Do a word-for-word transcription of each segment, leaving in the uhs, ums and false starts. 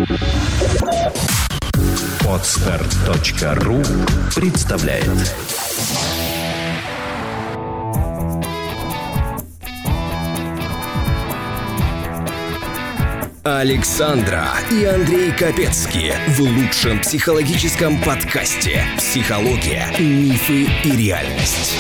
Подстер точка ру представляет. Александра и Андрей Капецки в лучшем психологическом подкасте «Психология, мифы и реальность».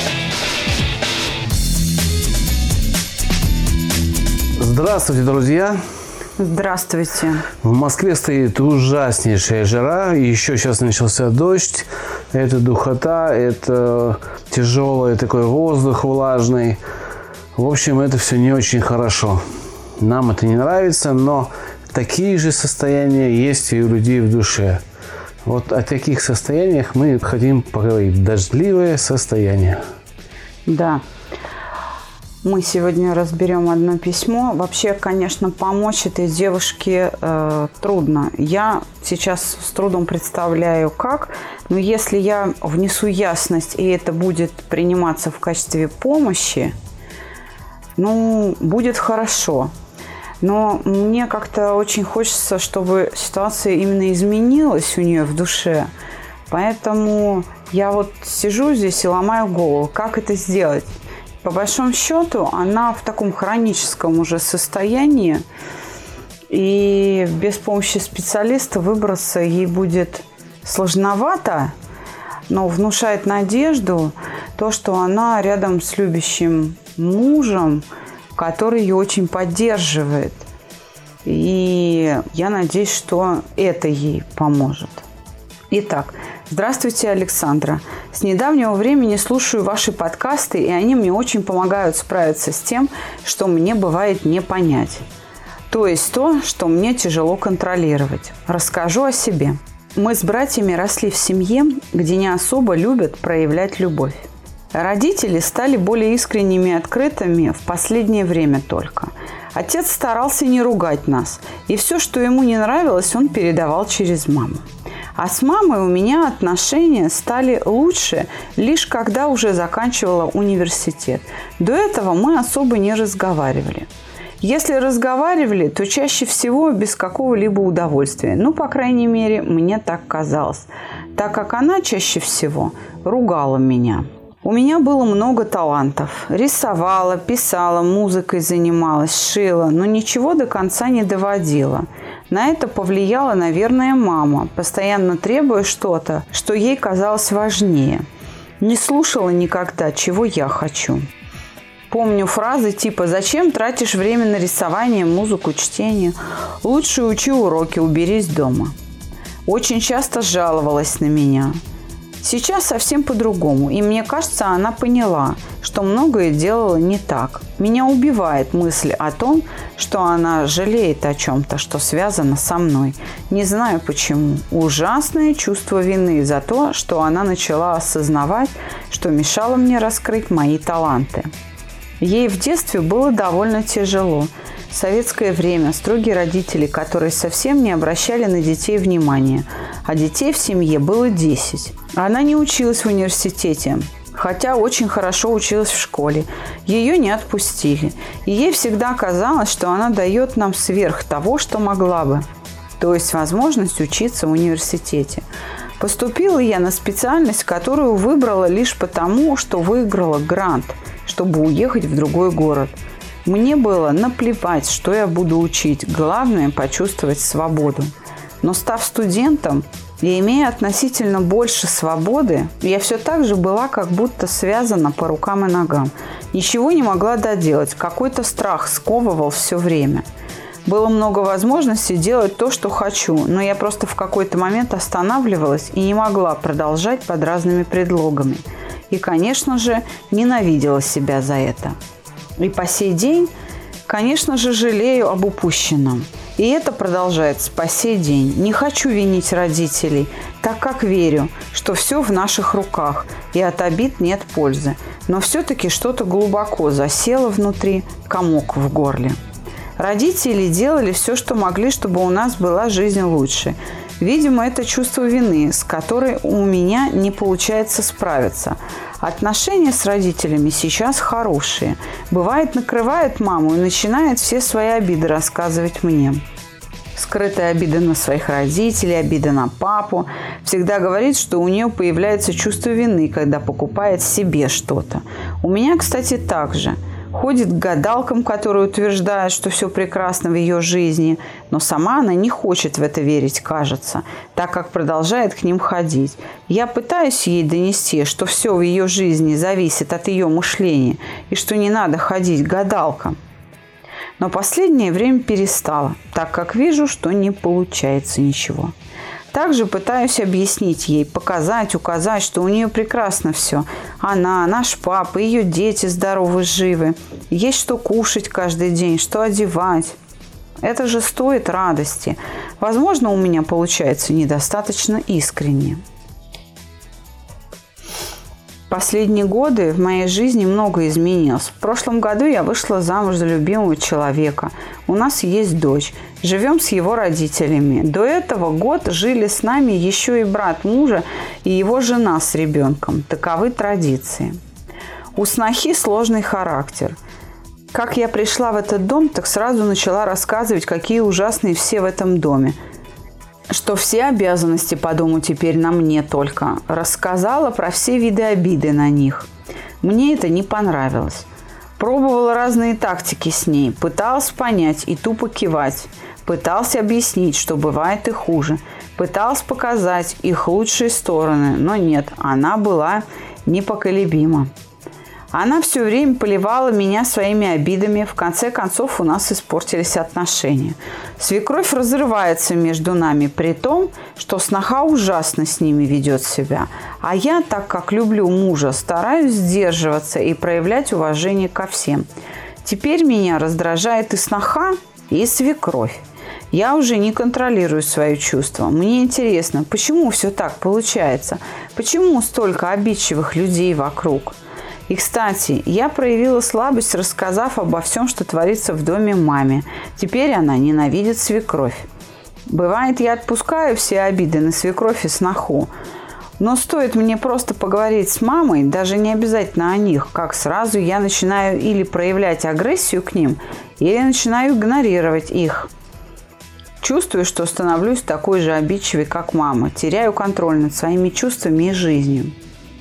Здравствуйте, друзья! Здравствуйте! В Москве стоит ужаснейшая жара, еще сейчас начался дождь. Это духота, это тяжелый такой воздух влажный. В общем, это все не очень хорошо. Нам это не нравится, но такие же состояния есть и у людей в душе. Вот о таких состояниях мы хотим поговорить. Дождливое состояние. Да. Мы сегодня разберем одно письмо. Вообще, конечно, помочь этой девушке э, трудно. Я сейчас с трудом представляю, как. Но если я внесу ясность, и это будет приниматься в качестве помощи, ну, будет хорошо. Но мне как-то очень хочется, чтобы ситуация именно изменилась у нее в душе. Поэтому я вот сижу здесь и ломаю голову, как это сделать. По большому счету, она в таком хроническом уже состоянии, и без помощи специалиста выбраться ей будет сложновато, но внушает надежду то, что она рядом с любящим мужем, который ее очень поддерживает. И я надеюсь, что это ей поможет. Итак, здравствуйте, Александра. С недавнего времени слушаю ваши подкасты, и они мне очень помогают справиться с тем, что мне бывает не понять. То есть то, что мне тяжело контролировать. Расскажу о себе. Мы с братьями росли в семье, где не особо любят проявлять любовь. Родители стали более искренними и открытыми в последнее время только. Отец старался не ругать нас, и все, что ему не нравилось, он передавал через маму. А с мамой у меня отношения стали лучше, лишь когда уже заканчивала университет. До этого мы особо не разговаривали. Если разговаривали, то чаще всего без какого-либо удовольствия. Ну, по крайней мере, мне так казалось, так как она чаще всего ругала меня. У меня было много талантов. Рисовала, писала, музыкой занималась, шила, но ничего до конца не доводила. На это повлияла, наверное, мама, постоянно требуя что-то, что ей казалось важнее. Не слушала никогда, чего я хочу. Помню фразы типа «Зачем тратишь время на рисование, музыку, чтение? Лучше учи уроки, уберись дома». Очень часто жаловалась на меня. Сейчас совсем по-другому, и мне кажется, она поняла, что многое делала не так. Меня убивает мысль о том, что она жалеет о чем-то, что связано со мной. Не знаю почему. Ужасное чувство вины за то, что она начала осознавать, что мешало мне раскрыть мои таланты. Ей в детстве было довольно тяжело. Советское время, строгие родители, которые совсем не обращали на детей внимания, а детей в семье было десять. Она не училась в университете, хотя очень хорошо училась в школе. Ее не отпустили. И ей всегда казалось, что она дает нам сверх того, что могла бы. То есть возможность учиться в университете. Поступила я на специальность, которую выбрала лишь потому, что выиграла грант, чтобы уехать в другой город. Мне было наплевать, что я буду учить. Главное – почувствовать свободу. Но став студентом и имея относительно больше свободы, я все так же была как будто связана по рукам и ногам. Ничего не могла доделать. Какой-то страх сковывал все время. Было много возможностей делать то, что хочу, но я просто в какой-то момент останавливалась и не могла продолжать под разными предлогами. И, конечно же, ненавидела себя за это. И по сей день, конечно же, жалею об упущенном. И это продолжается по сей день. Не хочу винить родителей, так как верю, что все в наших руках, и от обид нет пользы. Но все-таки что-то глубоко засело внутри, комок в горле. Родители делали все, что могли, чтобы у нас была жизнь лучше. Видимо, это чувство вины, с которой у меня не получается справиться. Отношения с родителями сейчас хорошие. Бывает, накрывает маму и начинает все свои обиды рассказывать мне. скрытая обида на своих родителей, обида на папу. Всегда говорит, что у нее появляется чувство вины, когда покупает себе что-то. У меня, кстати, так же. Ходит к гадалкам, которые утверждают, что все прекрасно в ее жизни, но сама она не хочет в это верить, кажется, так как продолжает к ним ходить. Я пытаюсь ей донести, что все в ее жизни зависит от ее мышления и что не надо ходить к гадалкам. Но последнее время перестала, так как вижу, что не получается ничего. Также пытаюсь объяснить ей, показать, указать, что у нее прекрасно все. Она, наш папа, ее дети здоровы, живы. Есть что кушать каждый день, что одевать. Это же стоит радости. Возможно, у меня получается недостаточно искренне. Последние годы в моей жизни много изменилось. В прошлом году я вышла замуж за любимого человека. У нас есть дочь. Живем с его родителями. До этого год жили с нами еще и брат мужа и его жена с ребенком. Таковы традиции. У снохи сложный характер. Как я пришла в этот дом, так сразу начала рассказывать, какие ужасные все в этом доме. Что все обязанности по дому теперь на мне только. Рассказала про все виды обиды на них. Мне это не понравилось. Пробовала разные тактики с ней. Пыталась понять и тупо кивать. Пыталась объяснить, что бывает и хуже. Пыталась показать их лучшие стороны. Но нет, она была непоколебима. Она все время поливала меня своими обидами. В конце концов, у нас испортились отношения. Свекровь разрывается между нами, при том, что сноха ужасно с ними ведет себя. А я, так как люблю мужа, стараюсь сдерживаться и проявлять уважение ко всем. Теперь меня раздражает и сноха, и свекровь. Я уже не контролирую свои чувства. Мне интересно, почему все так получается? Почему столько обидчивых людей вокруг? И, кстати, я проявила слабость, рассказав обо всем, что творится в доме маме. Теперь она ненавидит свекровь. Бывает, я отпускаю все обиды на свекровь и сноху. Но стоит мне просто поговорить с мамой, даже не обязательно о них, как сразу я начинаю или проявлять агрессию к ним, или начинаю игнорировать их. Чувствую, что становлюсь такой же обидчивой, как мама, теряю контроль над своими чувствами и жизнью.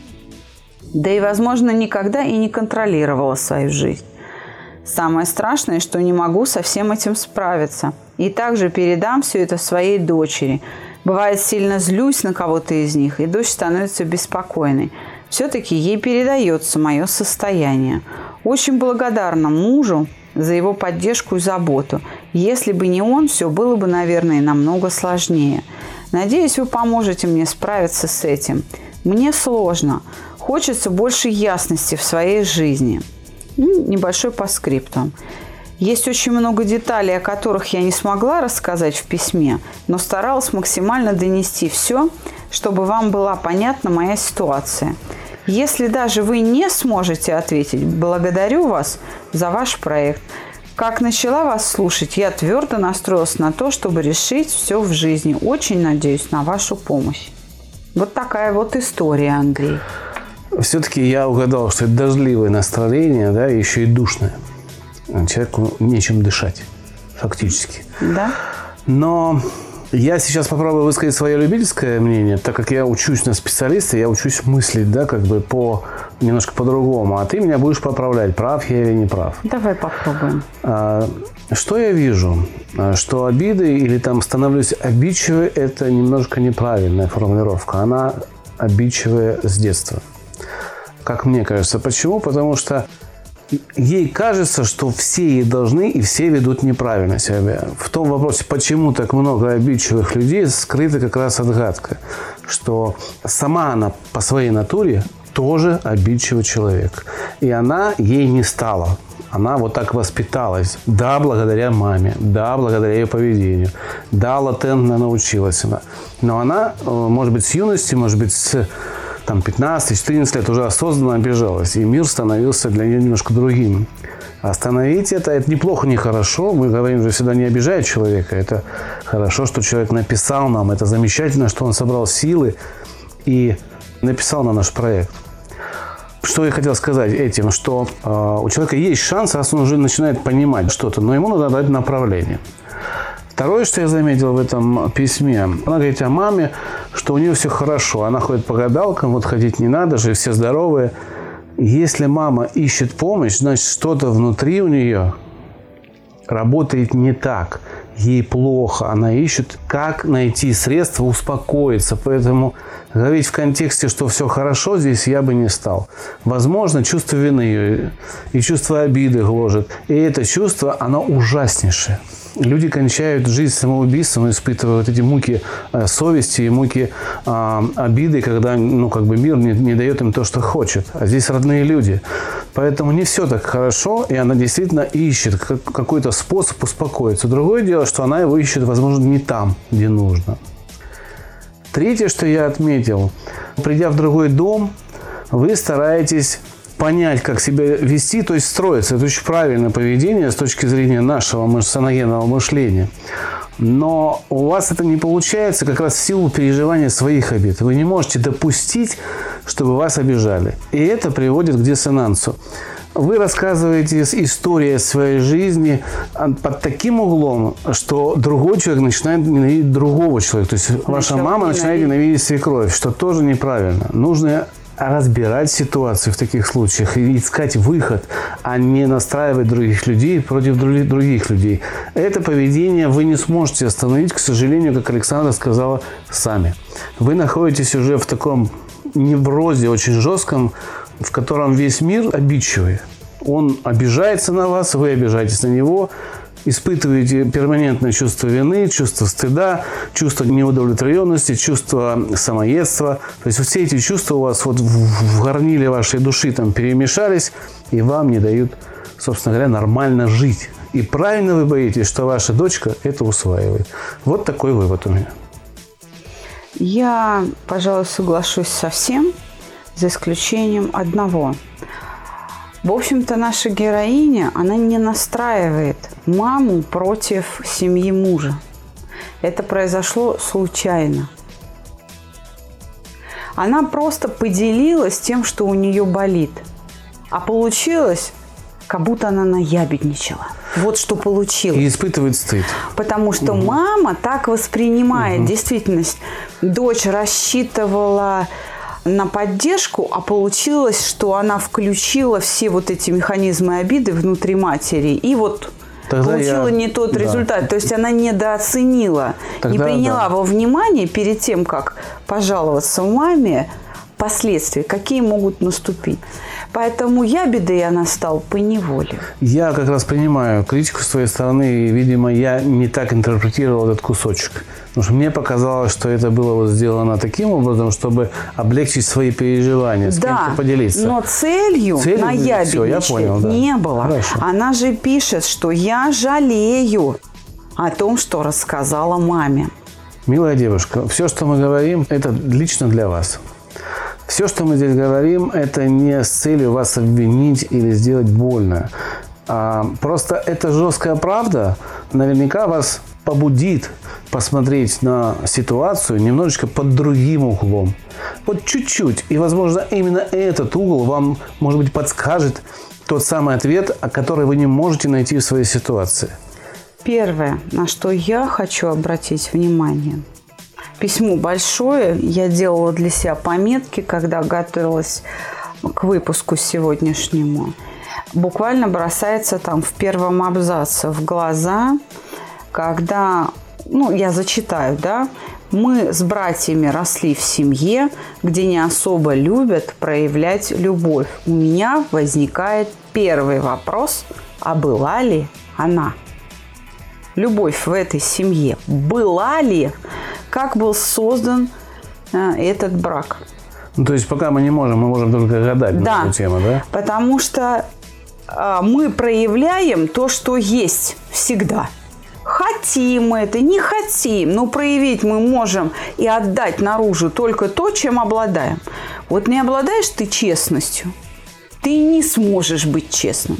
Да и, возможно, никогда и не контролировала свою жизнь. Самое страшное, что не могу со всем этим справиться. И также передам все это своей дочери. Бывает, сильно злюсь на кого-то из них, и дочь становится беспокойной. Все-таки ей передается мое состояние. Очень благодарна мужу за его поддержку и заботу. Если бы не он, все было бы, наверное, намного сложнее. Надеюсь, вы поможете мне справиться с этим. Мне сложно. Хочется больше ясности в своей жизни. Небольшой постскриптум. Есть очень много деталей, о которых я не смогла рассказать в письме, но старалась максимально донести все, чтобы вам была понятна моя ситуация. Если даже вы не сможете ответить, благодарю вас за ваш проект. Как начала вас слушать, я твердо настроилась на то, чтобы решить все в жизни. Очень надеюсь на вашу помощь. Вот такая вот история, Андрей. Все-таки я угадал, что это дождливое настроение, да, и еще и душное. Человеку нечем дышать, фактически. Да. Но я сейчас попробую высказать свое любительское мнение, так как я учусь на специалиста, я учусь мыслить, да, как бы по немножко по-другому. А ты меня будешь поправлять, прав я или не прав. Давай попробуем. А, что я вижу? Что обиды или там становлюсь обидчивой, это немножко неправильная формулировка. Она обидчивая с детства. Как мне кажется. Почему? Потому что ей кажется, что все ей должны и все ведут неправильно себя. В том вопросе, почему так много обидчивых людей, скрыта как раз отгадка. Что сама она по своей натуре тоже обидчивый человек. И она ей не стала. Она вот так воспиталась. Да, благодаря маме. Да, благодаря ее поведению. Да, латентно научилась она. Но она, может быть, с юности, может быть, с там, пятнадцать-четырнадцать лет уже осознанно обижалась. И мир становился для нее немножко другим. Остановить это, это неплохо, не хорошо. Мы говорим же всегда, не обижать человека. Это хорошо, что человек написал нам. Это замечательно, что он собрал силы и написал на наш проект. Что я хотел сказать этим, что э, у человека есть шанс, раз он уже начинает понимать что-то, но ему надо дать направление. Второе, что я заметил в этом письме, она говорит о маме, что у нее все хорошо. Она ходит по гадалкам, вот ходить не надо же, все здоровые. Если мама ищет помощь, значит, что-то внутри у нее работает не так. Ей плохо. Она ищет, как найти средства успокоиться. Поэтому говорить в контексте, что все хорошо, здесь я бы не стал. Возможно, чувство вины ее и чувство обиды гложет. И это чувство, оно ужаснейшее. Люди кончают жизнь самоубийством, испытывают эти муки э, совести и муки э, обиды, когда ну, как бы мир не, не дает им то, что хочет. А здесь родные люди. Поэтому не все так хорошо, и она действительно ищет какой-то способ успокоиться. Другое дело, что она его ищет, возможно, не там, где нужно. Третье, что я отметил. Придя в другой дом, вы стараетесь понять, как себя вести, то есть строиться. Это очень правильное поведение с точки зрения нашего саногенного мышления. Но у вас это не получается как раз в силу переживания своих обид. Вы не можете допустить, чтобы вас обижали. И это приводит к диссонансу. Вы рассказываете историю своей жизни под таким углом, что другой человек начинает ненавидеть другого человека. То есть ваша мама начинает ненавидеть свекровь, что тоже неправильно. Нужно разбирать ситуацию в таких случаях и искать выход, а не настраивать других людей против других людей. Это поведение вы не сможете остановить, к сожалению, как Александра сказала, сами. Вы находитесь уже в таком неврозе очень жестком, в котором весь мир обидчивый. Он обижается на вас, вы обижаетесь на него, испытываете перманентное чувство вины, чувство стыда, чувство неудовлетворенности, чувство самоедства. То есть все эти чувства у вас вот в горниле вашей души там перемешались, и вам не дают, собственно говоря, нормально жить. И правильно вы боитесь, что ваша дочка это усваивает. Вот такой вывод у меня. Я, пожалуй, соглашусь со всем, за исключением одного. В общем-то, наша героиня, она не настраивает маму против семьи мужа. Это произошло случайно. Она просто поделилась тем, что у нее болит. А получилось, как будто она наябедничала. Вот что получилось. И испытывает стыд. Потому что угу. мама так воспринимает угу. действительность. Дочь рассчитывала на поддержку, а получилось, что она включила все вот эти механизмы обиды внутри матери и вот Тогда получила я... не тот результат. Да. То есть она недооценила, Тогда, не приняла да. во внимание перед тем, как пожаловаться маме, последствия, какие могут наступить. Поэтому ябедой она стала поневоле. Я как раз принимаю критику с твоей стороны, и, видимо, я не так интерпретировал этот кусочек. Потому что мне показалось, что это было вот сделано таким образом, чтобы облегчить свои переживания, с да, кем-то поделиться. Но целью, целью наябедничать да. не было. Хорошо. Она же пишет, что я жалею о том, что рассказала маме. Милая девушка, все, что мы говорим, это лично для вас. Все, что мы здесь говорим, это не с целью вас обвинить или сделать больно. А просто эта жесткая правда наверняка вас побудит посмотреть на ситуацию немножечко под другим углом. Вот чуть-чуть. И, возможно, именно этот угол вам, может быть, подскажет тот самый ответ, который вы не можете найти в своей ситуации. Первое, на что я хочу обратить внимание. Письмо большое. Я делала для себя пометки, когда готовилась к выпуску сегодняшнему. Буквально бросается там в первом абзаце в глаза, когда, ну, я зачитаю, да, мы с братьями росли в семье, где не особо любят проявлять любовь. У меня возникает первый вопрос, а была ли она? Любовь в этой семье была ли? Как был создан э, этот брак? Ну, то есть пока мы не можем, мы можем только гадать да, на эту тему, да? Потому что э, мы проявляем то, что есть всегда. Хотим мы это, не хотим, но проявить мы можем и отдать наружу только то, чем обладаем. Вот не обладаешь ты честностью, ты не сможешь быть честным.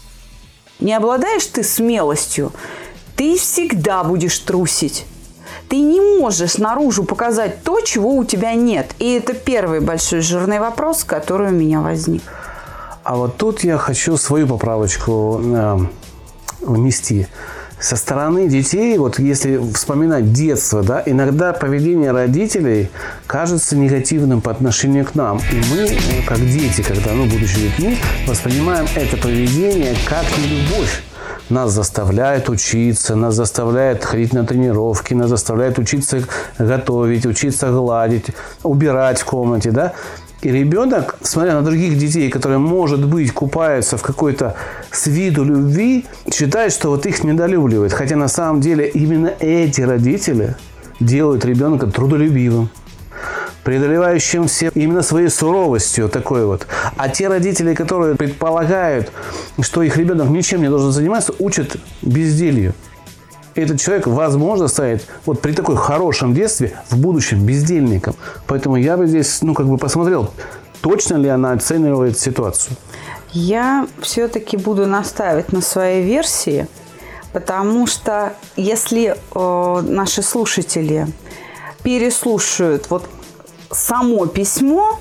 Не обладаешь ты смелостью, ты всегда будешь трусить. Ты не можешь наружу показать то, чего у тебя нет. И это первый большой жирный вопрос, который у меня возник. А вот тут я хочу свою поправочку э, внести. со стороны детей, вот если вспоминать детство, да, иногда поведение родителей кажется негативным по отношению к нам. И мы, как дети, когда, ну, будучи детьми, воспринимаем это поведение как нелюбовь. Нас заставляют учиться, нас заставляют ходить на тренировки, нас заставляют учиться готовить, учиться гладить, убирать в комнате, да. И ребенок, смотря на других детей, которые, может быть, купаются в какой-то с виду любви, считает, что вот их недолюбливают. Хотя на самом деле именно эти родители делают ребенка трудолюбивым, преодолевающим все именно своей суровостью такой вот. А те родители, которые предполагают, что их ребенок ничем не должен заниматься, учат безделью. Этот человек, возможно, станет вот при такой хорошем детстве в будущем бездельником. Поэтому я бы здесь, ну, как бы посмотрел, точно ли она оценивает ситуацию. Я все-таки буду настаивать на своей версии, потому что если э, наши слушатели переслушают вот само письмо,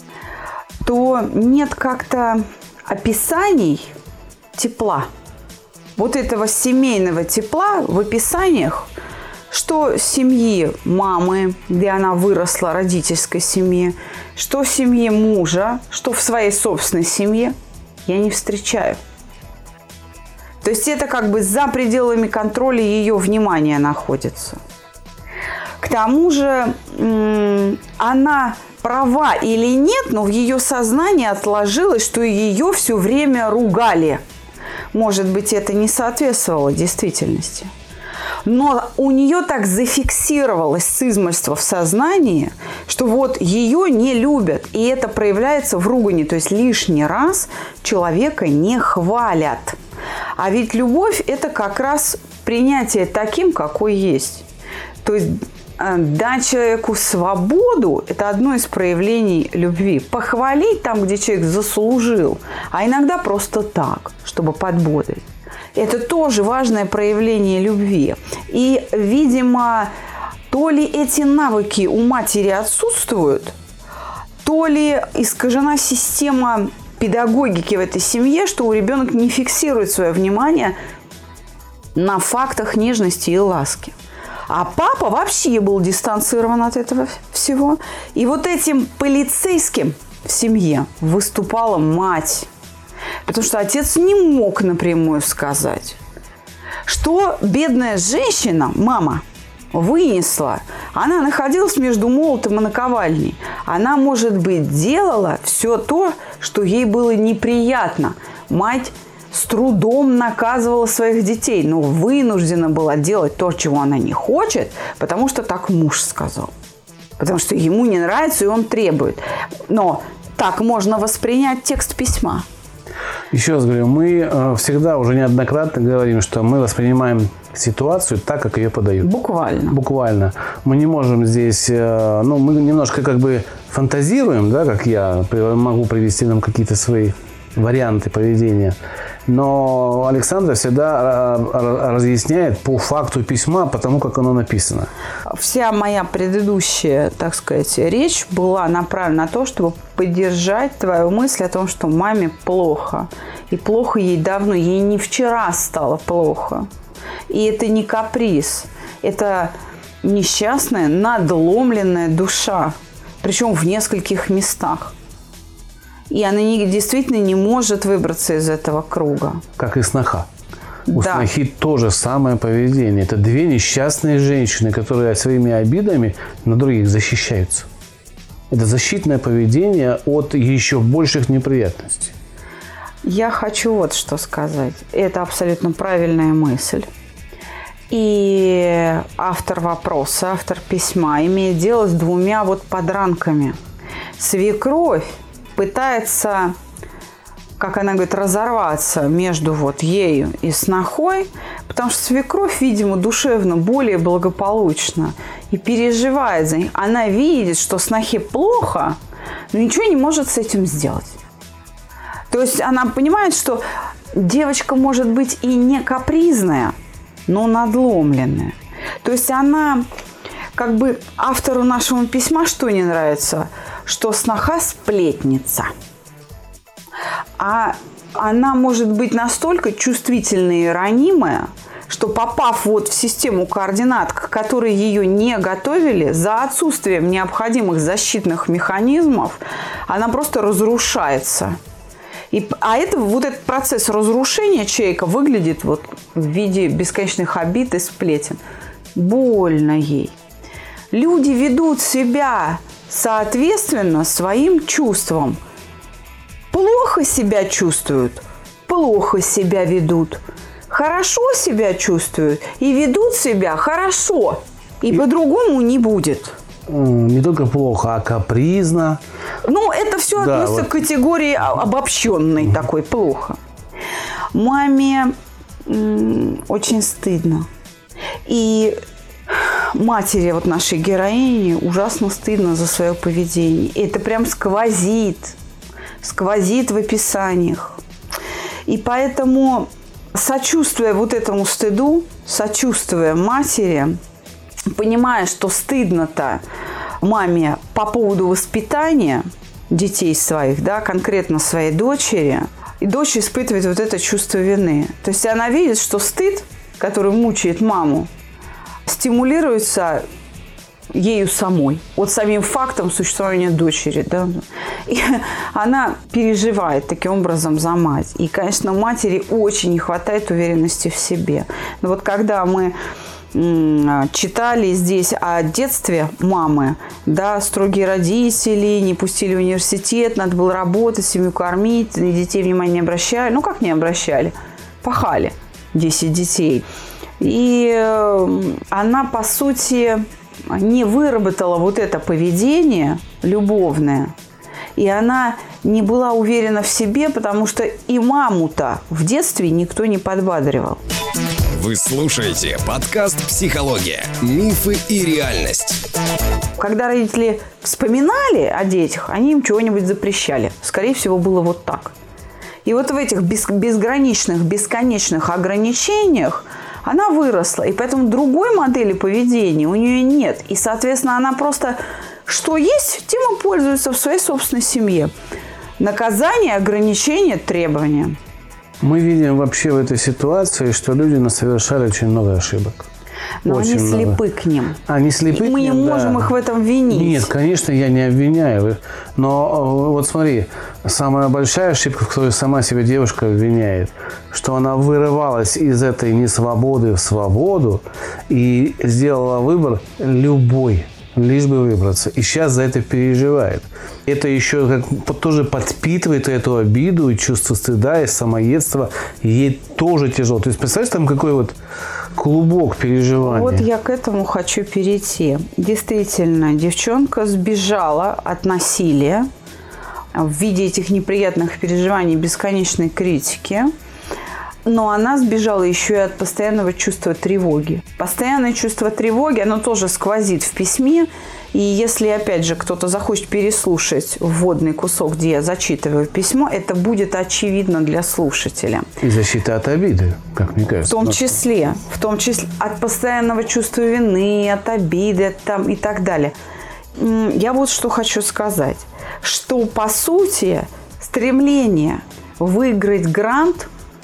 то нет как-то описаний тепла. Вот этого семейного тепла в описаниях, что семьи мамы, где она выросла, родительской семьи, что семьи мужа, что в своей собственной семье, я не встречаю. То есть это как бы за пределами контроля ее внимания находится. К тому же она права или нет, но в ее сознании отложилось, что ее все время ругали. Может быть, это не соответствовало действительности. Но у нее так зафиксировалось сызмальство в сознании, что вот ее не любят. И это проявляется в ругани. То есть лишний раз человека не хвалят. А ведь любовь – это как раз принятие таким, какой есть. То есть дать человеку свободу – это одно из проявлений любви. Похвалить там, где человек заслужил, а иногда просто так, чтобы подбодрить. Это тоже важное проявление любви. И, видимо, то ли эти навыки у матери отсутствуют, то ли искажена система педагогики в этой семье, что у ребенка не фиксирует свое внимание на фактах нежности и ласки. А папа вообще был дистанцирован от этого всего. И вот этим полицейским в семье выступала мать. Потому что отец не мог напрямую сказать, что бедная женщина, мама, вынесла. Она находилась между молотом и наковальней. Она, может быть, делала все то, что ей было неприятно. Мать с трудом наказывала своих детей, но вынуждена была делать то, чего она не хочет, потому что так муж сказал. Потому что ему не нравится, и он требует. Но так можно воспринять текст письма. Еще раз говорю, мы всегда уже неоднократно говорим, что мы воспринимаем ситуацию так, как ее подают. Буквально. Буквально. Мы не можем здесь, ну, мы немножко как бы фантазируем, да, как я могу привести нам какие-то свои варианты поведения. Но Александра всегда разъясняет по факту письма, потому как оно написано. Вся моя предыдущая, так сказать, речь была направлена на то, чтобы поддержать твою мысль о том, что маме плохо. И плохо ей давно, ей не вчера стало плохо. И это не каприз, это несчастная, надломленная душа, причем в нескольких местах. И она не, действительно не может выбраться из этого круга. Как и сноха. У да. снохи то же самое поведение. Это две несчастные женщины, которые своими обидами на других защищаются. Это защитное поведение от еще больших неприятностей. Я хочу вот что сказать. Это абсолютно правильная мысль. И автор вопроса, автор письма имеет дело с двумя вот подранками. Свекровь пытается, как она говорит, разорваться между вот ею и снохой, потому что свекровь, видимо, душевно более благополучна и переживает за них. Она видит, что снохе плохо, но ничего не может с этим сделать. То есть она понимает, что девочка может быть и не капризная, но надломленная. То есть она, как бы автору нашего письма что не нравится? Что сноха сплетница. А она может быть настолько чувствительная и ранимая, что, попав вот в систему координат, к которой ее не готовили, за отсутствием необходимых защитных механизмов, она просто разрушается. И, а это, вот этот процесс разрушения человека выглядит вот в виде бесконечных обид и сплетен. Больно ей. Люди ведут себя соответственно своим чувствам. Плохо себя чувствуют, плохо себя ведут. Хорошо себя чувствуют и ведут себя хорошо. И, и по-другому не будет. Не только плохо, а капризно. Ну, это все да, относится вот. к категории обобщенной mm-hmm. такой, плохо. Маме м- очень стыдно. И матери вот нашей героини ужасно стыдно за свое поведение. И это прям сквозит. Сквозит в описаниях. И поэтому, сочувствуя вот этому стыду, сочувствуя матери, понимая, что стыдно-то маме по поводу воспитания детей своих, да, конкретно своей дочери, и дочь испытывает вот это чувство вины. То есть она видит, что стыд, который мучает маму, стимулируется ею самой, вот самим фактом существования дочери, да, и она переживает таким образом за мать. И, конечно, матери очень не хватает уверенности в себе. Но вот когда мы читали здесь о детстве мамы, да, строгие родители, не пустили в университет, надо было работать, семью кормить, на детей внимания не обращали. Ну, как не обращали? Пахали десять детей. И она, по сути, не выработала вот это поведение любовное. И она не была уверена в себе, потому что и маму-то в детстве никто не подбадривал. Вы слушаете подкаст «Психология. Мифы и реальность». Когда родители вспоминали о детях, они им чего-нибудь запрещали. Скорее всего, было вот так. И вот в этих безграничных, бесконечных ограничениях она выросла. И поэтому другой модели поведения у нее нет. И, соответственно, она просто что есть, тем и пользуется в своей собственной семье. Наказание, ограничение, требования. Мы видим вообще в этой ситуации, что люди совершали очень много ошибок. Но очень они много. слепы к ним. Они слепы И к мы ним, не можем да. их в этом винить. Нет, конечно, я не обвиняю. Но вот смотри, самая большая ошибка, в которой сама себя девушка обвиняет, что она вырывалась из этой несвободы в свободу и сделала выбор любой, лишь бы выбраться. И сейчас за это переживает. Это еще как, тоже подпитывает эту обиду и чувство стыда и самоедства. И ей тоже тяжело. То есть, представляешь, там какой вот клубок переживаний. Вот я к этому хочу перейти. Действительно, девчонка сбежала от насилия в виде этих неприятных переживаний, бесконечной критики. Но она сбежала еще и от постоянного чувства тревоги. Постоянное чувство тревоги, оно тоже сквозит в письме. И если, опять же, кто-то захочет переслушать вводный кусок, где я зачитываю письмо, это будет очевидно для слушателя. И защита от обиды, как мне кажется. В том числе, в том числе от постоянного чувства вины, от обиды там, и так далее. Я вот что хочу сказать. Что, по сути, стремление выиграть грант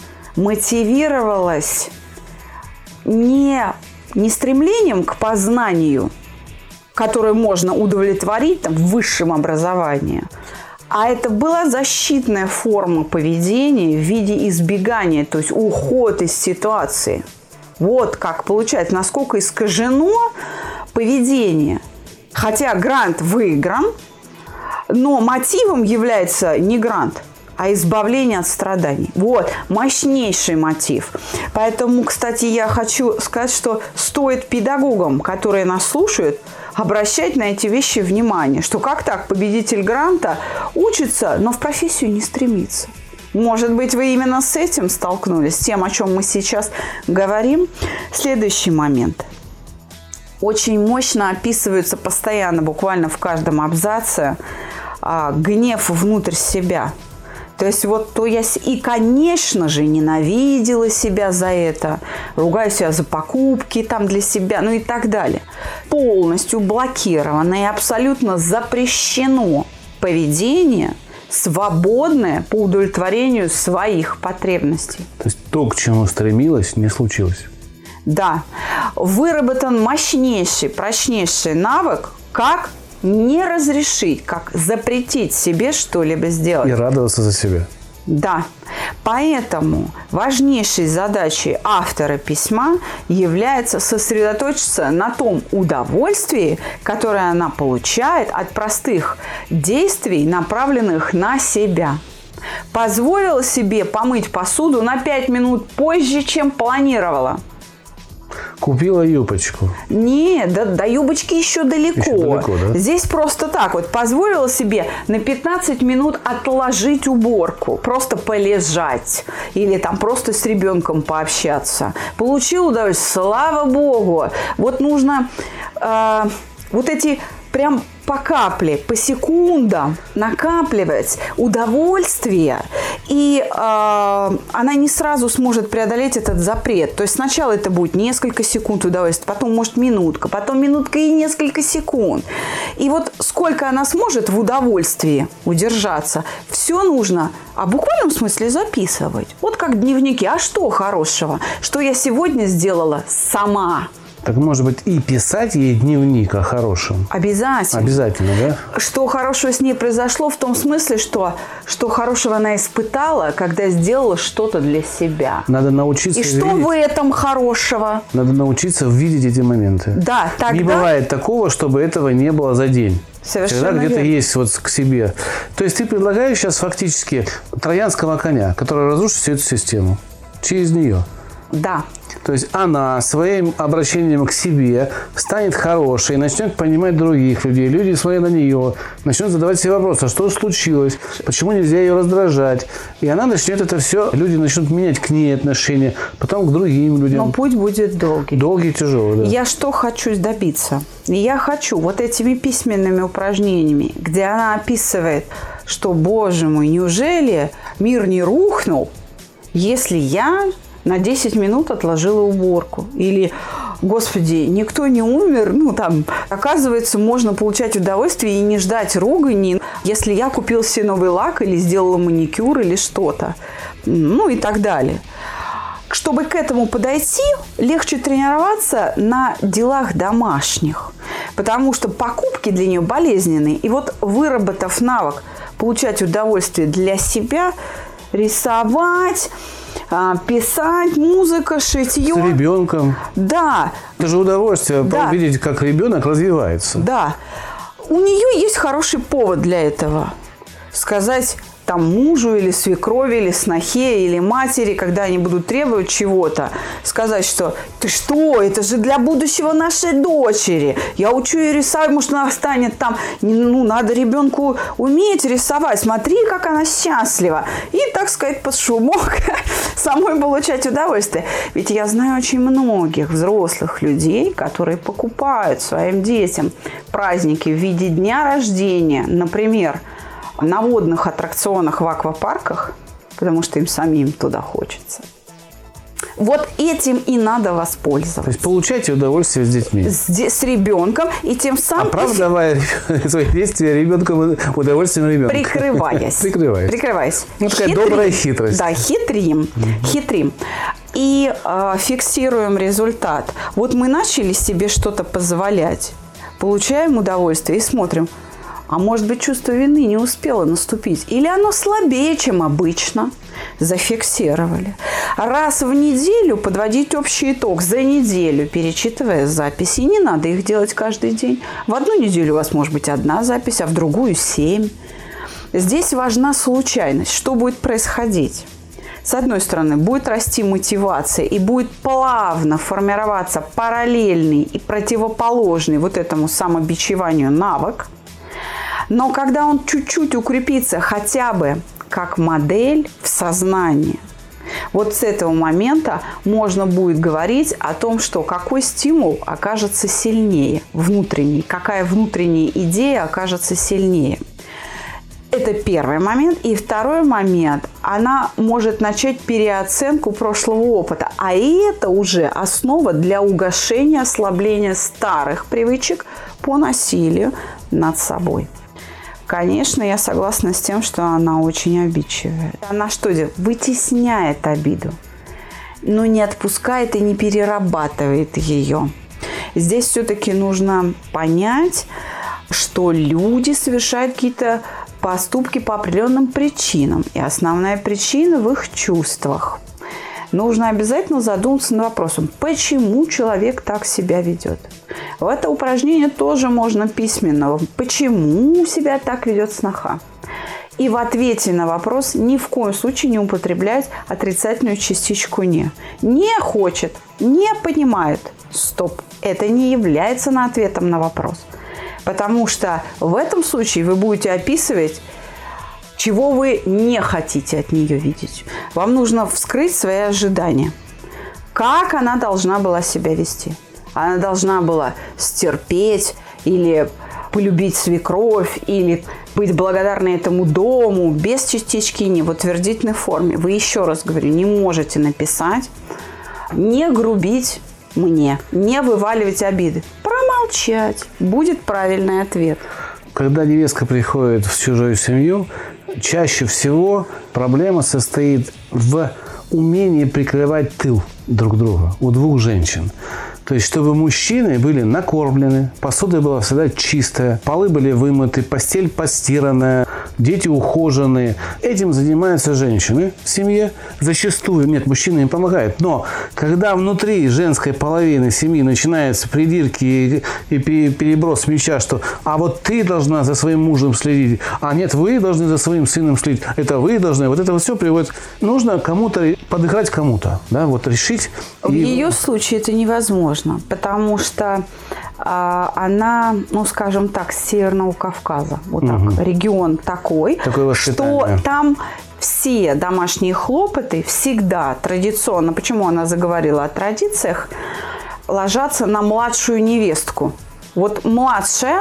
мотивировалось не, не стремлением к познанию, которое можно удовлетворить там, в высшем образовании, а это была защитная форма поведения в виде избегания, то есть уход из ситуации. Вот как получается, насколько искажено поведение. Хотя грант выигран, но мотивом является не грант, а избавление от страданий. Вот, мощнейший мотив. Поэтому, кстати, я хочу сказать, что стоит педагогам, которые нас слушают, обращать на эти вещи внимание. Что как так победитель гранта учится, но в профессию не стремится. Может быть, вы именно с этим столкнулись, с тем, о чем мы сейчас говорим. Следующий момент. Очень мощно описывается постоянно, буквально в каждом абзаце, гнев внутрь себя. То есть вот то я и, конечно же, ненавидела себя за это, ругаю себя за покупки там для себя, ну и так далее. Полностью блокировано и абсолютно запрещено поведение, свободное по удовлетворению своих потребностей. То есть то, к чему стремилась, не случилось. Да, выработан мощнейший, прочнейший навык, как не разрешить, как запретить себе что-либо сделать. И радоваться за себя. Да, поэтому важнейшей задачей автора письма является сосредоточиться на том удовольствии, которое она получает от простых действий, направленных на себя. Позволила себе помыть посуду на пять минут позже, чем планировала. Купила юбочку. Нет, до, до юбочки еще далеко. Еще далеко, да? Здесь просто так вот. Позволила себе на пятнадцать минут отложить уборку. Просто полежать. Или там просто с ребенком пообщаться. Получил удовольствие. Слава Богу. Вот нужно э, вот эти прям по капле, по секундам накапливать удовольствие, и э, она не сразу сможет преодолеть этот запрет. То есть сначала это будет несколько секунд удовольствия, потом может минутка, потом минутка и несколько секунд. И вот сколько она сможет в удовольствии удержаться, все нужно, а в буквальном смысле записывать. Вот как дневники. А что хорошего? Что я сегодня сделала сама? Так, может быть, и писать ей дневник о хорошем? Обязательно. Обязательно, да? Что хорошего с ней произошло в том смысле, что, что хорошего она испытала, когда сделала что-то для себя. Надо научиться И что видеть, в этом хорошего? Надо научиться видеть эти моменты. Да, тогда... Не бывает такого, чтобы этого не было за день. Совершенно Всегда где-то верно. есть вот к себе. То есть ты предлагаешь сейчас фактически троянского коня, который разрушит всю эту систему. Через нее. Да. То есть она своим обращением к себе станет хорошей, начнет понимать других людей. Люди, смотря на нее, начнут задавать себе вопросы, а что случилось, почему нельзя ее раздражать. И она начнет это все, люди начнут менять к ней отношения, потом к другим людям. Но путь будет долгий. Долгий и тяжелый, да. Я что хочу добиться? Я хочу вот этими письменными упражнениями, где она описывает, что, боже мой, неужели мир не рухнул, если я на десять минут отложила уборку? Или, господи, никто не умер, ну там, оказывается, можно получать удовольствие и не ждать ругани, если я купил себе новый лак или сделала маникюр или что-то, ну и так далее. Чтобы к этому подойти, легче тренироваться на делах домашних, потому что покупки для нее болезненные. И вот, выработав навык получать удовольствие для себя, рисовать, писать, музыка, шитье. С ребенком. Да. Это же удовольствие, Да. видеть, как ребенок развивается. Да. У нее есть хороший повод для этого. Сказать там мужу или свекрови, или снохе, или матери, когда они будут требовать чего-то, сказать, что ты что, это же для будущего нашей дочери. Я учу ее рисовать, может, она станет там, ну, надо ребенку уметь рисовать. Смотри, как она счастлива. И, так сказать, под шумок самой получать удовольствие. Ведь я знаю очень многих взрослых людей, которые покупают своим детям праздники в виде дня рождения, например, на водных аттракционах в аквапарках, потому что им самим туда хочется. Вот этим и надо воспользоваться. То есть получайте удовольствие с детьми. С, с ребенком, и тем самым... Оправдывая свои действия ребенком удовольствием ребенка. Прикрываясь. Прикрываясь. Прикрываясь. Ну, такая добрая хитрость. Да, хитрим. Mm-hmm. Хитрим. И э, фиксируем результат. Вот мы начали себе что-то позволять, получаем удовольствие и смотрим, а может быть, чувство вины не успело наступить. Или оно слабее, чем обычно. Зафиксировали. Раз в неделю подводить общий итог за неделю, перечитывая записи. Не надо их делать каждый день. В одну неделю у вас может быть одна запись, а в другую семь. Здесь важна случайность. Что будет происходить? С одной стороны, будет расти мотивация и будет плавно формироваться параллельный и противоположный вот этому самобичеванию навык. Но когда он чуть-чуть укрепится хотя бы как модель в сознании, вот с этого момента можно будет говорить о том, что какой стимул окажется сильнее, внутренний, какая внутренняя идея окажется сильнее. Это первый момент. И второй момент, она может начать переоценку прошлого опыта. А это уже основа для угошения, ослабления старых привычек по насилию над собой. Конечно, я согласна с тем, что она очень обидчивая. Она что делает? Вытесняет обиду. но не отпускает и не перерабатывает ее. Здесь все-таки нужно понять, что люди совершают какие-то поступки по определенным причинам. И основная причина в их чувствах. Нужно обязательно задуматься над вопросом, почему человек так себя ведет. В это упражнение тоже можно письменно. Почему себя так ведет сноха? И в ответе на вопрос ни в коем случае не употреблять отрицательную частичку «не». Не хочет, не понимает. Стоп. Это не является на ответом на вопрос. Потому что в этом случае вы будете описывать, чего вы не хотите от нее видеть. Вам нужно вскрыть свои ожидания. Как она должна была себя вести? Она должна была стерпеть или полюбить свекровь, или быть благодарной этому дому без частички «не» в утвердительной форме. Вы, еще раз говорю, не можете написать, не грубить мне, не вываливать обиды. Промолчать. Будет правильный ответ. Когда невестка приходит в чужую семью, чаще всего проблема состоит в умении прикрывать тыл друг друга у двух женщин. То есть, чтобы мужчины были накормлены, посуда была всегда чистая, полы были вымыты, постель постиранная, дети ухоженные. Этим занимаются женщины в семье. Зачастую, нет, мужчины им помогают. Но когда внутри женской половины семьи начинаются придирки и, и переброс мяча, что «а вот ты должна за своим мужем следить», «а нет, вы должны за своим сыном следить», «это вы должны», вот это вот все приводит. Нужно кому-то подыграть кому-то, да, вот решить. В и... ее случае это невозможно. Потому что а, она, ну, скажем так, с Северного Кавказа, вот так, угу. регион такой, что там все домашние хлопоты всегда традиционно, почему она заговорила о традициях, ложатся на младшую невестку. Вот младшая,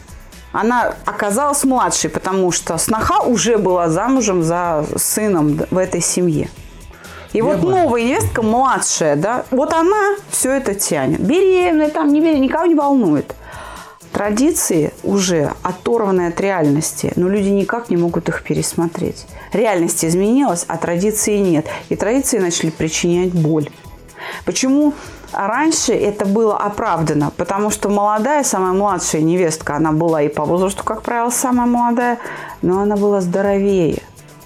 она оказалась младшей, потому что сноха уже была замужем за сыном в этой семье. И Я вот понял. Новая невестка, младшая, да, вот она все это тянет. Беременная, там, не беременная, никого не волнует. Традиции уже оторваны от реальности, но люди никак не могут их пересмотреть. Реальность изменилась, а традиции нет. И традиции начали причинять боль. Почему раньше это было оправдано? Потому что молодая, самая младшая невестка, она была и по возрасту, как правило, самая молодая, но она была здоровее.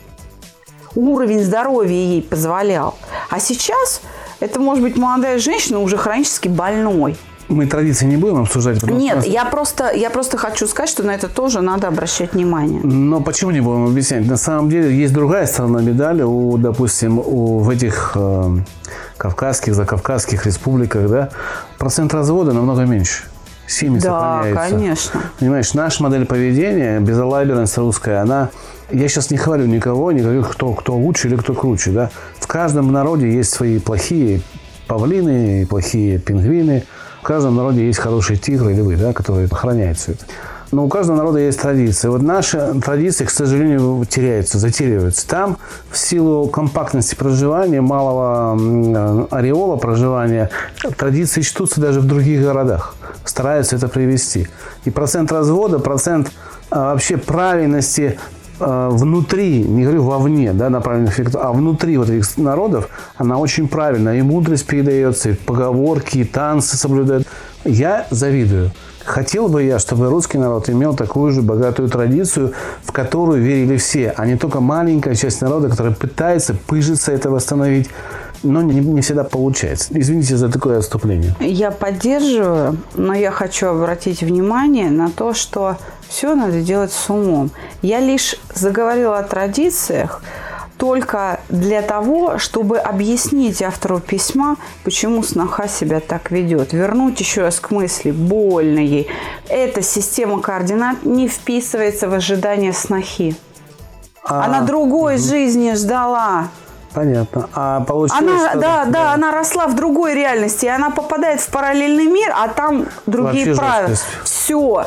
Уровень здоровья ей позволял. А сейчас это может быть молодая женщина, уже хронически больной. Мы традиции не будем обсуждать? Нет, нас... я, просто, я просто хочу сказать, что на это тоже надо обращать внимание. Но почему не будем объяснять? На самом деле есть другая сторона медали. У, допустим, у, в этих э, кавказских, закавказских республиках, да, процент развода намного меньше. Семьи да, сохраняются. Конечно. Понимаешь, наша модель поведения, безалаберность русская, она... Я сейчас не хвалю никого, не говорю, кто, кто лучше или кто круче. Да? В каждом народе есть свои плохие павлины и плохие пингвины. В каждом народе есть хорошие тигры и львы, да, которые охраняют все это. Но у каждого народа есть традиции. Вот наши традиции, к сожалению, теряются, затеряются. Там в силу компактности проживания, малого ореола проживания, традиции чтутся даже в других городах. Стараются это привести. И процент развода, процент а, вообще правильности внутри, не говорю вовне, да, направленных эффектов, а внутри вот этих народов, она очень правильная. И мудрость передается, и поговорки, и танцы соблюдают. Я завидую. Хотел бы я, чтобы русский народ имел такую же богатую традицию, в которую верили все, а не только маленькая часть народа, которая пытается, пыжится это восстановить, но не, не всегда получается. Извините за такое отступление. Я поддерживаю, но я хочу обратить внимание на то, что все надо делать с умом. Я лишь заговорила о традициях только для того, чтобы объяснить автору письма, почему сноха себя так ведет. Вернуть еще раз к мысли, больно ей. Эта система координат не вписывается в ожидания снохи. А, Она другой угу. жизни ждала. Понятно. А получилось, она, что... да, да, да, она росла в другой реальности, и она попадает в параллельный мир, а там другие Вообще правила. Жесткость. Все.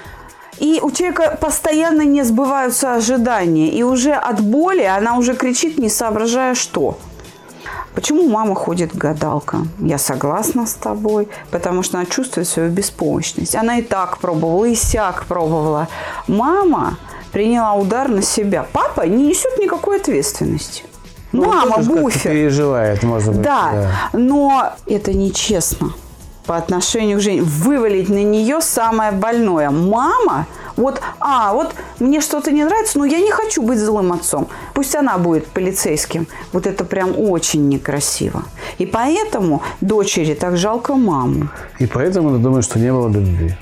И у человека постоянно не сбываются ожидания. И уже от боли она уже кричит, не соображая что. Почему мама ходит к гадалкам? Я согласна с тобой, потому что она чувствует свою беспомощность. Она и так пробовала, и сяк пробовала. Мама приняла удар на себя. Папа не несет никакой ответственности. Мама ну, буфер. Переживает, может быть. Да, да, но это нечестно по отношению к Жене. Вывалить на нее самое больное. Мама, вот, а, вот мне что-то не нравится, но я не хочу быть злым отцом. Пусть она будет полицейским. Вот это прям очень некрасиво. И поэтому дочери так жалко маму. И поэтому ты думаешь, что не было любви.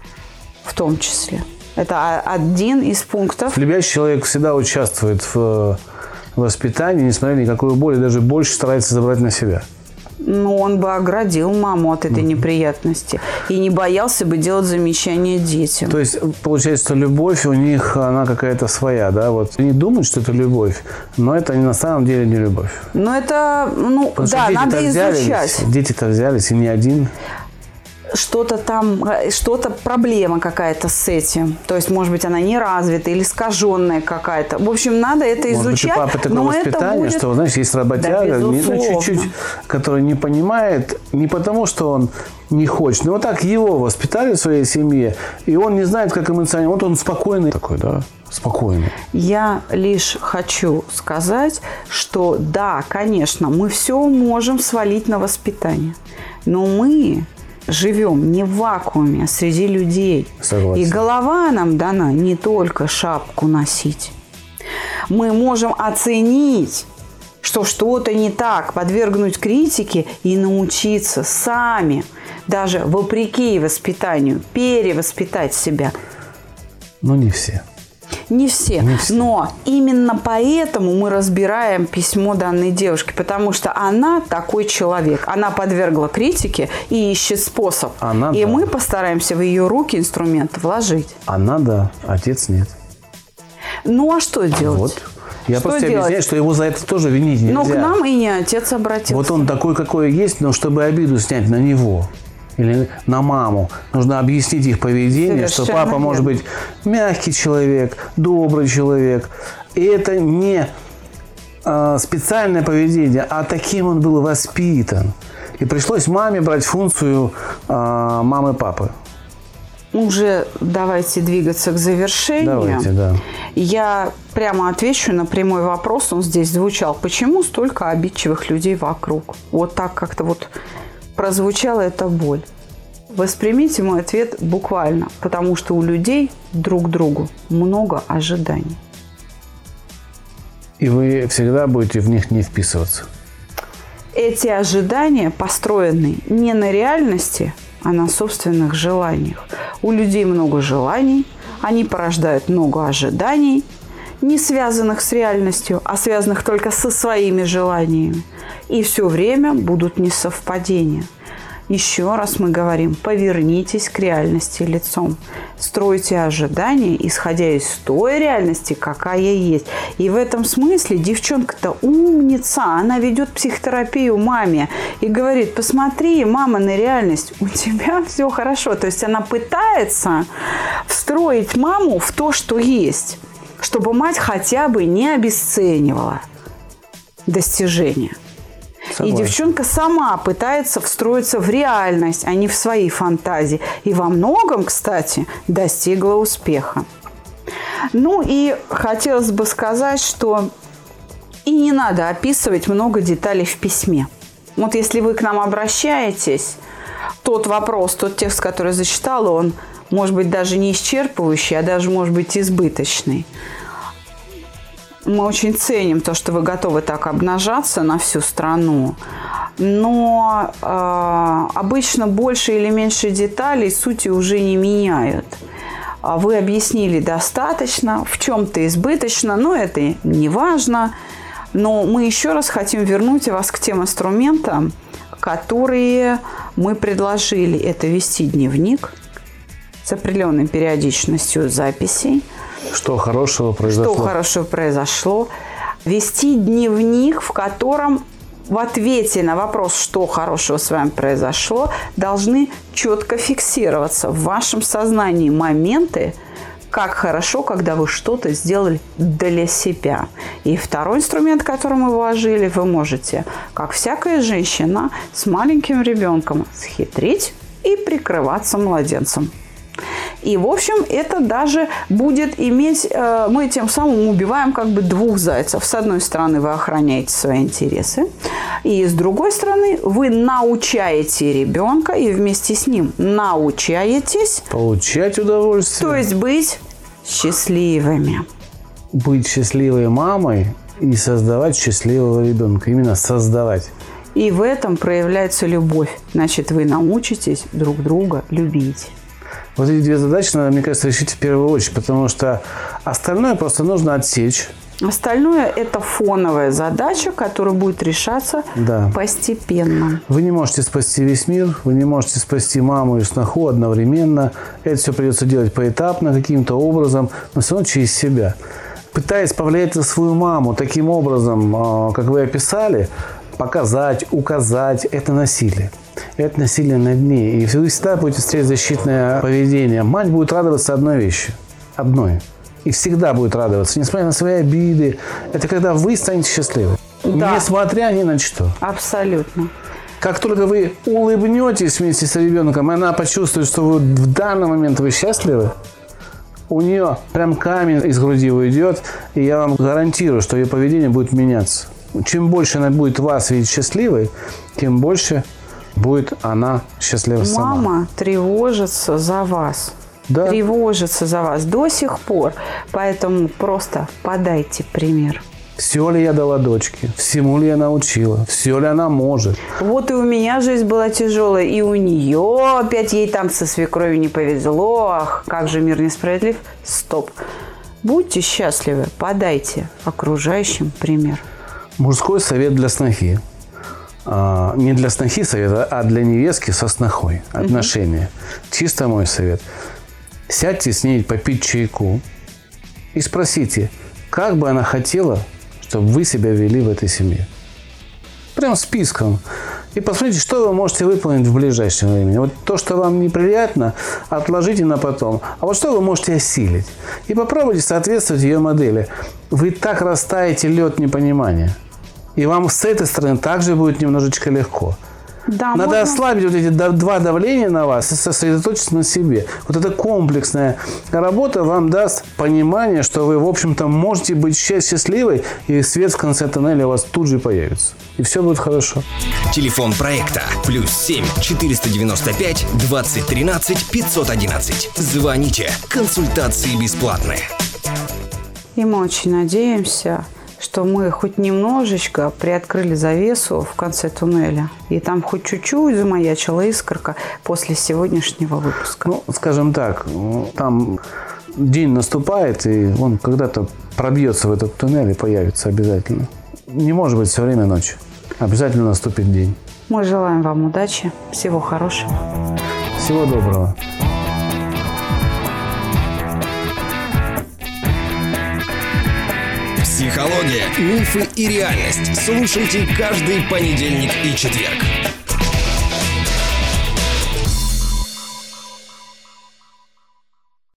В том числе. Это один из пунктов. Любящий человек всегда участвует в воспитании, несмотря на никакую боль, и даже больше старается забрать на себя. Ну, он бы оградил маму от этой неприятности и не боялся бы делать замечания детям. То есть, получается, что любовь у них, она какая-то своя, да? Вот они думают, что это любовь, но это на самом деле не любовь. Ну, это, ну, Потому да, надо изучать. Взялись, дети-то взялись, и не один. Что-то там, что-то проблема какая-то с этим. То есть, может быть, она не развита или искаженная какая-то. В общем, надо это может изучать. Быть, у папы такое воспитание, будет... что, знаешь, есть работяга, да, ну, чуть-чуть, который не понимает, не потому, что он не хочет, но вот так его воспитали в своей семье, и он не знает, как эмоционировать. Вот он спокойный такой, да, спокойный. Я лишь хочу сказать, что да, конечно, мы все можем свалить на воспитание, но мы живем не в вакууме, а среди людей. Согласен. И голова нам дана не только шапку носить. Мы можем оценить, что что-то не так, подвергнуть критике и научиться сами, даже вопреки воспитанию, перевоспитать себя. Но не все. Не все. Не все. Но именно поэтому мы разбираем письмо данной девушки, потому что она такой человек. Она подвергла критике и ищет способ. Она, и да. мы постараемся в ее руки инструмент вложить. Она, да, отец нет. Ну, а что делать? Вот. Я что просто делать? объясняю, что его за это тоже винить нельзя. Но к нам и не отец обратился. Вот он такой, какой есть, но чтобы обиду снять на него или на маму, нужно объяснить их поведение, Совершенно что папа верно. может быть мягкий человек, добрый человек. И это не э, специальное поведение, а таким он был воспитан. И пришлось маме брать функцию э, мамы-папы. Уже давайте двигаться к завершению. Давайте, да. Я прямо отвечу на прямой вопрос, он здесь звучал. Почему столько обидчивых людей вокруг? Вот так как-то вот прозвучала эта боль. Воспримите мой ответ буквально, потому что у людей друг к другу много ожиданий. И вы всегда будете в них не вписываться. Эти ожидания построены не на реальности, а на собственных желаниях. У людей много желаний, они порождают много ожиданий, не связанных с реальностью, а связанных только со своими желаниями. И все время будут несовпадения. Еще раз мы говорим, повернитесь к реальности лицом. Стройте ожидания, исходя из той реальности, какая есть. И в этом смысле девчонка-то умница. Она ведет психотерапию маме и говорит, посмотри, мама, на реальность, у тебя все хорошо. То есть она пытается встроить маму в то, что есть, чтобы мать хотя бы не обесценивала достижения. Согласен. И девчонка сама пытается встроиться в реальность, а не в свои фантазии. И во многом, кстати, достигла успеха. Ну и хотелось бы сказать, что и не надо описывать много деталей в письме. Вот если вы к нам обращаетесь, тот вопрос, тот текст, который я зачитала, он может быть даже не исчерпывающий, а даже может быть избыточный. Мы очень ценим то, что вы готовы так обнажаться на всю страну. Но э, обычно больше или меньше деталей сути уже не меняют. Вы объяснили достаточно, в чем-то избыточно, но это не важно. Но мы еще раз хотим вернуть вас к тем инструментам, которые мы предложили. Это вести дневник с определенной периодичностью записей. Что хорошего произошло? Что хорошего произошло. Вести дневник, в котором в ответе на вопрос, что хорошего с вами произошло, должны четко фиксироваться в вашем сознании моменты, как хорошо, когда вы что-то сделали для себя. И второй инструмент, который мы вложили, вы можете, как всякая женщина с маленьким ребенком, схитрить и прикрываться младенцем. И, в общем, это даже будет иметь... Э, мы тем самым убиваем как бы двух зайцев. С одной стороны, вы охраняете свои интересы. И с другой стороны, вы научаете ребенка и вместе с ним научаетесь... Получать удовольствие. То есть быть счастливыми. Быть счастливой мамой и создавать счастливого ребенка. Именно создавать. И в этом проявляется любовь. Значит, вы научитесь друг друга любить. Вот эти две задачи надо, мне кажется, решить в первую очередь, потому что остальное просто нужно отсечь. Остальное – это фоновая задача, которая будет решаться да. постепенно. Вы не можете спасти весь мир, вы не можете спасти маму и сноху одновременно. Это все придется делать поэтапно, каким-то образом, но все равно через себя. Пытаясь повлиять на свою маму таким образом, как вы описали, показать, указать – это насилие. Это насилие над ней. И вы всегда будете встречать защитное поведение. Мать будет радоваться одной вещи. Одной. И всегда будет радоваться, несмотря на свои обиды. Это когда вы станете счастливы. Да. Несмотря ни на что. Абсолютно. Как только вы улыбнетесь вместе с ребенком, и она почувствует, что вы в данный момент вы счастливы, у нее прям камень из груди уйдет, и я вам гарантирую, что ее поведение будет меняться. Чем больше она будет вас видеть счастливой, тем больше будет она счастлива сама. Мама тревожится за вас. Да. Тревожится за вас до сих пор. Поэтому просто подайте пример. Все ли я дала дочке? Всему ли я научила? Все ли она может? Вот и у меня жизнь была тяжелая, и у нее опять ей там со свекровью не повезло. Ах, как же мир несправедлив. Стоп. Будьте счастливы, подайте окружающим пример. Мужской совет для снохи. А, не для снохи совета, а для невестки со снохой. Отношения. Угу. Чисто мой совет. Сядьте с ней попить чайку и спросите, как бы она хотела, чтобы вы себя вели в этой семье. Прям списком. И посмотрите, что вы можете выполнить в ближайшее время. Вот то, что вам неприятно, отложите на потом. А вот что вы можете осилить. И попробуйте соответствовать ее модели. Вы так растаете лед непонимания. И вам с этой стороны также будет немножечко легко. Да, надо можно... ослабить вот эти два давления на вас и сосредоточиться на себе. Вот эта комплексная работа вам даст понимание, что вы, в общем-то, можете быть счастливой, и свет в конце тоннеля у вас тут же появится. И все будет хорошо. Телефон проекта плюс семь четыреста девяносто пять двадцать тринадцать пятьсот одиннадцать. Звоните. Консультации бесплатные. И мы очень надеемся, что мы хоть немножечко приоткрыли завесу в конце туннеля. И там хоть чуть-чуть замаячила искорка после сегодняшнего выпуска. Ну, скажем так, там день наступает, и он когда-то пробьется в этот туннель и появится обязательно. Не может быть все время ночь. Обязательно наступит день. Мы желаем вам удачи, всего хорошего. Всего доброго. Психология, мифы и реальность. Слушайте каждый понедельник и четверг.